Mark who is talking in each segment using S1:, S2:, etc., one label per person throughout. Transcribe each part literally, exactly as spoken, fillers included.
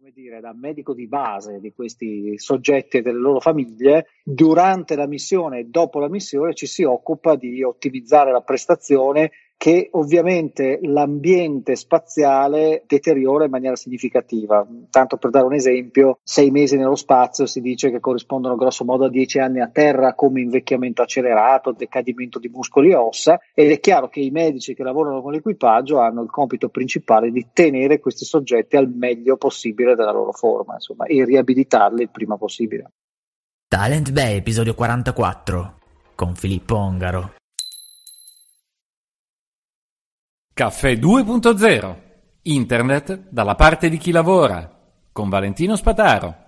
S1: come dire, da medico di base di questi soggetti e delle loro famiglie, durante la missione e dopo la missione ci si occupa di ottimizzare la prestazione, che ovviamente l'ambiente spaziale deteriora in maniera significativa. Tanto per dare un esempio, sei mesi nello spazio si dice che corrispondono grosso modo a dieci anni a terra come invecchiamento accelerato, decadimento di muscoli e ossa, ed è chiaro che i medici che lavorano con l'equipaggio hanno il compito principale di tenere questi soggetti al meglio possibile della loro forma, insomma, e riabilitarli il prima possibile.
S2: Talent Bay, episodio quarantaquattro, con Filippo Ongaro.
S3: Caffè due punto zero. Internet dalla parte di chi lavora. Con Valentino Spataro.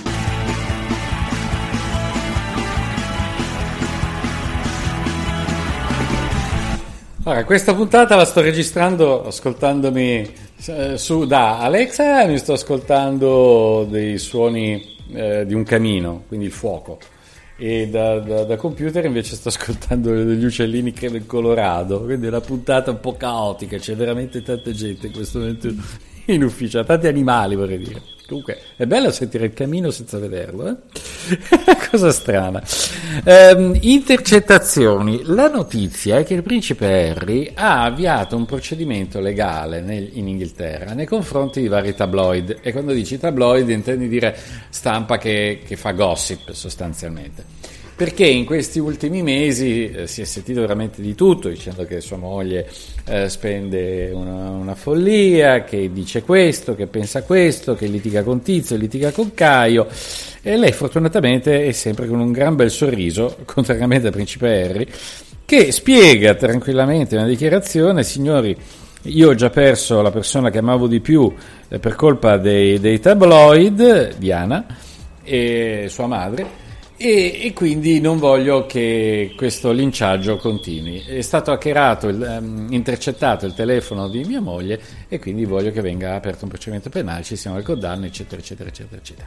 S3: Allora, questa puntata la sto registrando ascoltandomi eh, su da Alexa, mi sto ascoltando dei suoni eh, di un camino, quindi il fuoco. E da, da, da computer invece sto ascoltando degli uccellini che del Colorado, quindi è una puntata un po' caotica, c'è veramente tanta gente in questo momento in ufficio, tanti animali vorrei dire. Comunque è bello sentire il camino senza vederlo, eh? Cosa strana. Ehm, intercettazioni. La notizia è che il principe Harry ha avviato un procedimento legale nel, in Inghilterra nei confronti di vari tabloid, e quando dici tabloid intendi dire stampa che, che fa gossip sostanzialmente, perché in questi ultimi mesi eh, si è sentito veramente di tutto, dicendo che sua moglie eh, spende una, una follia, che dice questo, che pensa questo, che litiga con Tizio, litiga con Caio, e lei fortunatamente è sempre con un gran bel sorriso, contrariamente al principe Harry, che spiega tranquillamente in una dichiarazione: signori, io ho già perso la persona che amavo di più eh, per colpa dei, dei tabloid, Diana e sua madre, E, e quindi non voglio che questo linciaggio continui. È stato hackerato, il, um, intercettato il telefono di mia moglie, e quindi voglio che venga aperto un procedimento penale, ci siano le condanne, eccetera, eccetera, eccetera, eccetera.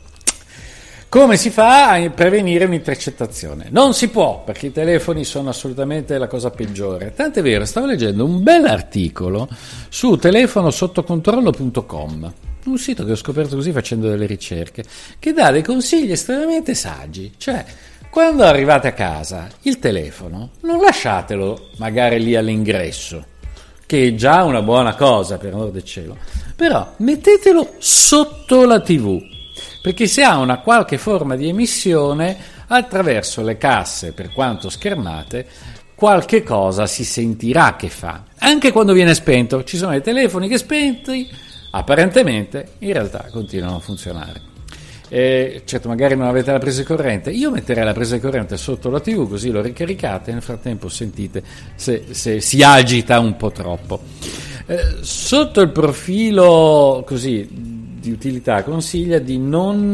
S3: Come si fa a prevenire un'intercettazione? Non si può, perché i telefoni sono assolutamente la cosa peggiore. Tant'è vero, stavo leggendo un bel articolo su telefono sotto controllo punto com, un sito che ho scoperto così facendo delle ricerche, che dà dei consigli estremamente saggi. Cioè, quando arrivate a casa, il telefono non lasciatelo magari lì all'ingresso, che è già una buona cosa, per amor del cielo, però mettetelo sotto la tivù, perché se ha una qualche forma di emissione, attraverso le casse, per quanto schermate, qualche cosa si sentirà che fa. Anche quando viene spento, ci sono dei telefoni che spenti apparentemente in realtà continuano a funzionare. E certo, magari non avete la presa di corrente, io metterei la presa di corrente sotto la tivù, così lo ricaricate e nel frattempo sentite se, se si agita un po' troppo. Eh, sotto il profilo così di utilità consiglia di non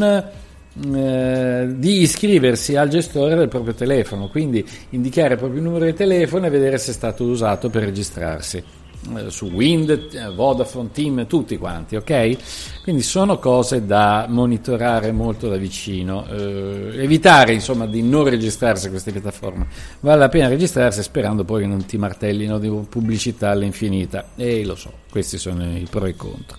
S3: eh, di iscriversi al gestore del proprio telefono, quindi indicare il proprio numero di telefono e vedere se è stato usato per registrarsi su Wind, Vodafone, Team, tutti quanti, ok? Quindi sono cose da monitorare molto da vicino, eh, evitare insomma di non registrarsi a queste piattaforme. Vale la pena registrarsi sperando poi che non ti martellino di pubblicità all'infinita, e lo so, questi sono i pro e i contro.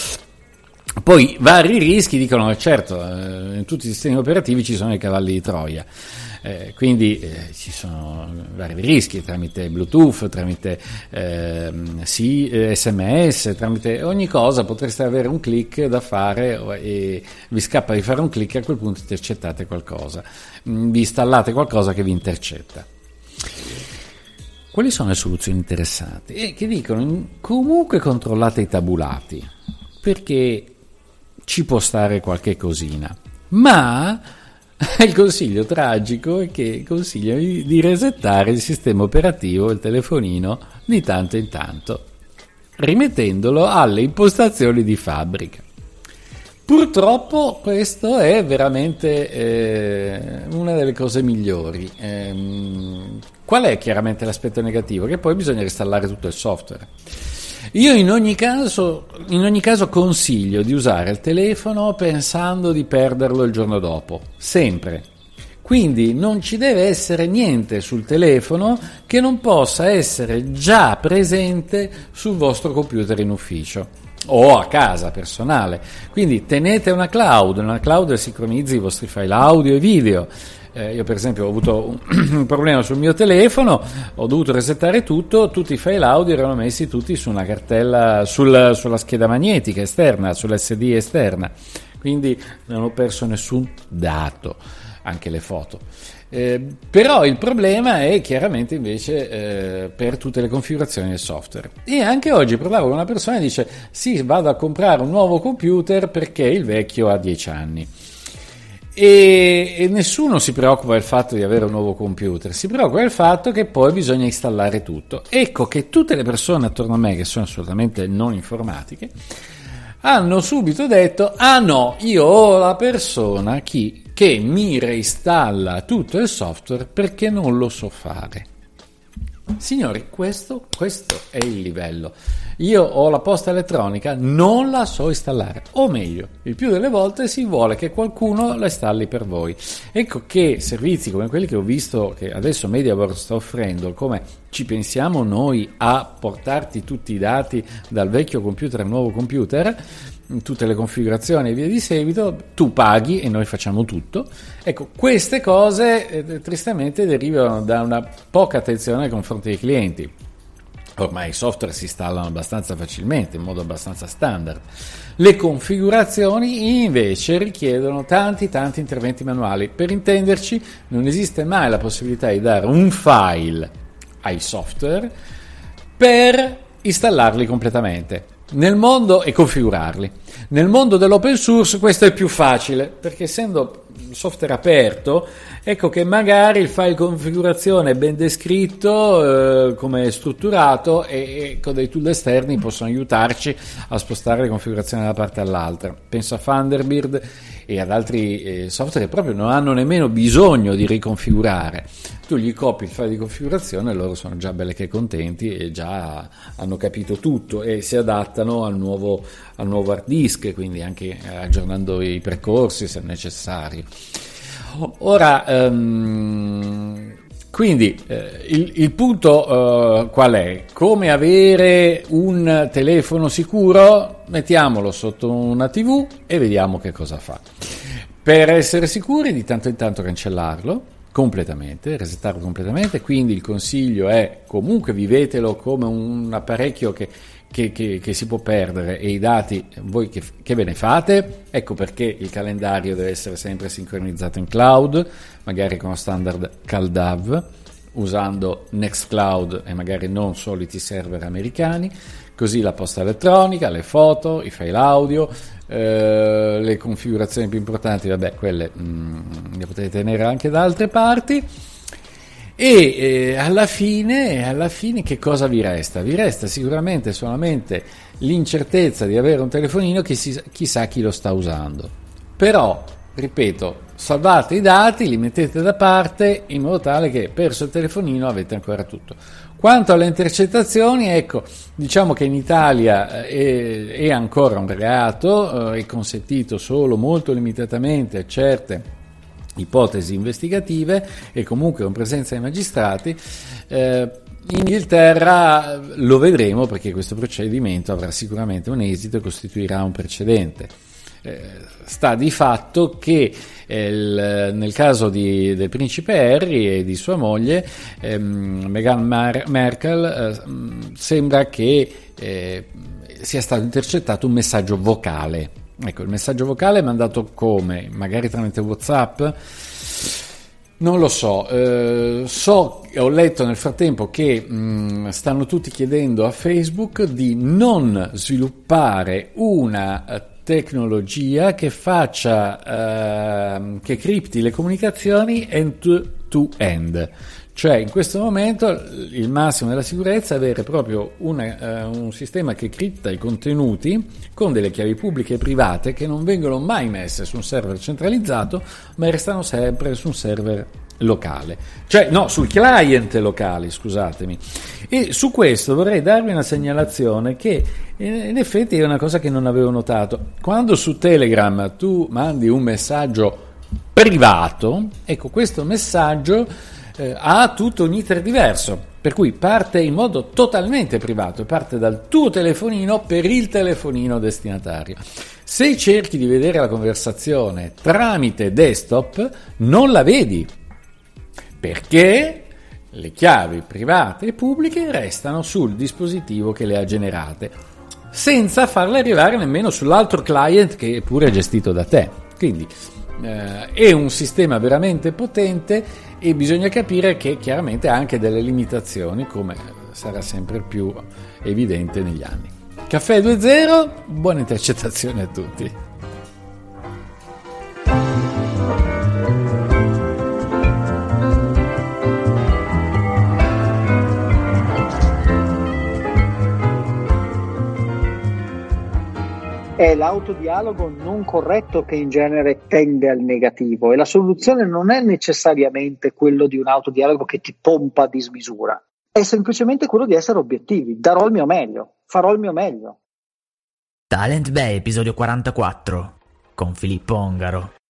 S3: Poi vari rischi, dicono, certo, eh, in tutti i sistemi operativi ci sono i cavalli di Troia. Eh, quindi eh, ci sono vari rischi tramite Bluetooth, tramite eh, sì, S M S, tramite ogni cosa potreste avere un click da fare e vi scappa di fare un click, e a quel punto intercettate qualcosa, vi installate qualcosa che vi intercetta. Quali sono le soluzioni interessanti? Eh, che dicono comunque controllate i tabulati, perché ci può stare qualche cosina, ma il consiglio tragico è che consigliano di resettare il sistema operativo, il telefonino, di tanto in tanto, rimettendolo alle impostazioni di fabbrica. Purtroppo questo è veramente eh, una delle cose migliori. Ehm, qual è chiaramente l'aspetto negativo? Che poi bisogna installare tutto il software. Io in ogni caso, in ogni caso consiglio di usare il telefono pensando di perderlo il giorno dopo, sempre. Quindi non ci deve essere niente sul telefono che non possa essere già presente sul vostro computer in ufficio. o a casa personale. Quindi tenete una cloud, una cloud che sincronizzi i vostri file audio e video. Eh, io per esempio ho avuto un, un problema sul mio telefono, ho dovuto resettare tutto, tutti i file audio erano messi tutti su una cartella, sul, sulla scheda magnetica esterna, sull'esse di esterna, quindi non ho perso nessun dato, anche le foto. Eh, però il problema è chiaramente invece eh, per tutte le configurazioni del software. E anche oggi parlavo con una persona che dice sì, vado a comprare un nuovo computer perché il vecchio ha dieci anni. E, e nessuno si preoccupa del fatto di avere un nuovo computer, si preoccupa del fatto che poi bisogna installare tutto. Ecco che tutte le persone attorno a me che sono assolutamente non informatiche hanno subito detto: ah no, io ho la persona chi, che mi reinstalla tutto il software perché non lo so fare. Signori, questo, questo è il livello. Io ho la posta elettronica, non la so installare, o meglio, il più delle volte si vuole che qualcuno la installi per voi. Ecco che servizi come quelli che ho visto che adesso MediaWorld sta offrendo, come ci pensiamo noi a portarti tutti i dati dal vecchio computer al nuovo computer, tutte le configurazioni e via di seguito, tu paghi e noi facciamo tutto. Ecco, queste cose eh, tristemente derivano da una poca attenzione nei confronti dei clienti. Ormai i software si installano abbastanza facilmente, in modo abbastanza standard. Le configurazioni invece richiedono tanti tanti interventi manuali. Per intenderci, non esiste mai la possibilità di dare un file ai software per installarli completamente nel mondo e configurarli. Nel mondo dell'open source questo è più facile, perché essendo software aperto, ecco che magari il file configurazione è ben descritto, eh, come è strutturato, e, e con dei tool esterni possono aiutarci a spostare le configurazioni da una parte all'altra. Penso a Thunderbird e ad altri eh, software che proprio non hanno nemmeno bisogno di riconfigurare. Tu gli copi il file di configurazione e loro sono già belle che contenti e già hanno capito tutto e si adattano al nuovo, al nuovo hard disk, quindi anche aggiornando i percorsi se necessario. Ora, um, quindi eh, il, il punto uh, qual è? Come avere un telefono sicuro? Mettiamolo sotto una tivù e vediamo che cosa fa. Per essere sicuri, di tanto in tanto cancellarlo completamente, resettarlo completamente, quindi il consiglio è comunque vivetelo come un apparecchio che, che, che, che si può perdere, e i dati voi che, che ve ne fate. Ecco perché il calendario deve essere sempre sincronizzato in cloud, magari con standard CalDAV, usando Nextcloud e magari non soliti server americani. Così la posta elettronica, le foto, i file audio, eh, le configurazioni più importanti, vabbè, quelle mh, le potete tenere anche da altre parti. E eh, alla fine, alla fine che cosa vi resta? Vi resta sicuramente solamente l'incertezza di avere un telefonino che si, chissà chi lo sta usando. Però, ripeto, salvate i dati, li mettete da parte in modo tale che perso il telefonino avete ancora tutto. Quanto alle intercettazioni, ecco, diciamo che in Italia è, è ancora un reato, è consentito solo molto limitatamente a certe ipotesi investigative e comunque con presenza dei magistrati. Eh, in Inghilterra lo vedremo, perché questo procedimento avrà sicuramente un esito e costituirà un precedente. Eh, sta di fatto che eh, il, nel caso di, del principe Harry e di sua moglie ehm, Meghan Mar- Markle eh, sembra che eh, sia stato intercettato un messaggio vocale. Ecco, il messaggio vocale è mandato come? Magari tramite WhatsApp? Non lo so, eh, so, ho letto nel frattempo che mh, stanno tutti chiedendo a Facebook di non sviluppare una uh, tecnologia che faccia, uh, che cripti le comunicazioni end-to-end. Cioè, in questo momento il massimo della sicurezza è avere proprio una, uh, un sistema che cripta i contenuti con delle chiavi pubbliche e private che non vengono mai messe su un server centralizzato, ma restano sempre su un server locale, cioè no, sul client locale, scusatemi. E su questo vorrei darvi una segnalazione che in effetti è una cosa che non avevo notato. Quando su Telegram tu mandi un messaggio privato, ecco, questo messaggio eh, ha tutto un iter diverso. Per cui parte in modo totalmente privato, parte dal tuo telefonino per il telefonino destinatario. Se cerchi di vedere la conversazione tramite desktop, non la vedi, perché le chiavi private e pubbliche restano sul dispositivo che le ha generate, senza farle arrivare nemmeno sull'altro client che è pure gestito da te. Quindi eh, è un sistema veramente potente, e bisogna capire che chiaramente ha anche delle limitazioni, come sarà sempre più evidente negli anni. Caffè due zero, buone intercettazioni a tutti.
S1: È l'autodialogo non corretto che in genere tende al negativo, e la soluzione non è necessariamente quello di un autodialogo che ti pompa a dismisura, è semplicemente quello di essere obiettivi. Darò il mio meglio, farò il mio meglio.
S2: Talent Bay, episodio quarantaquattro, con Filippo Ongaro.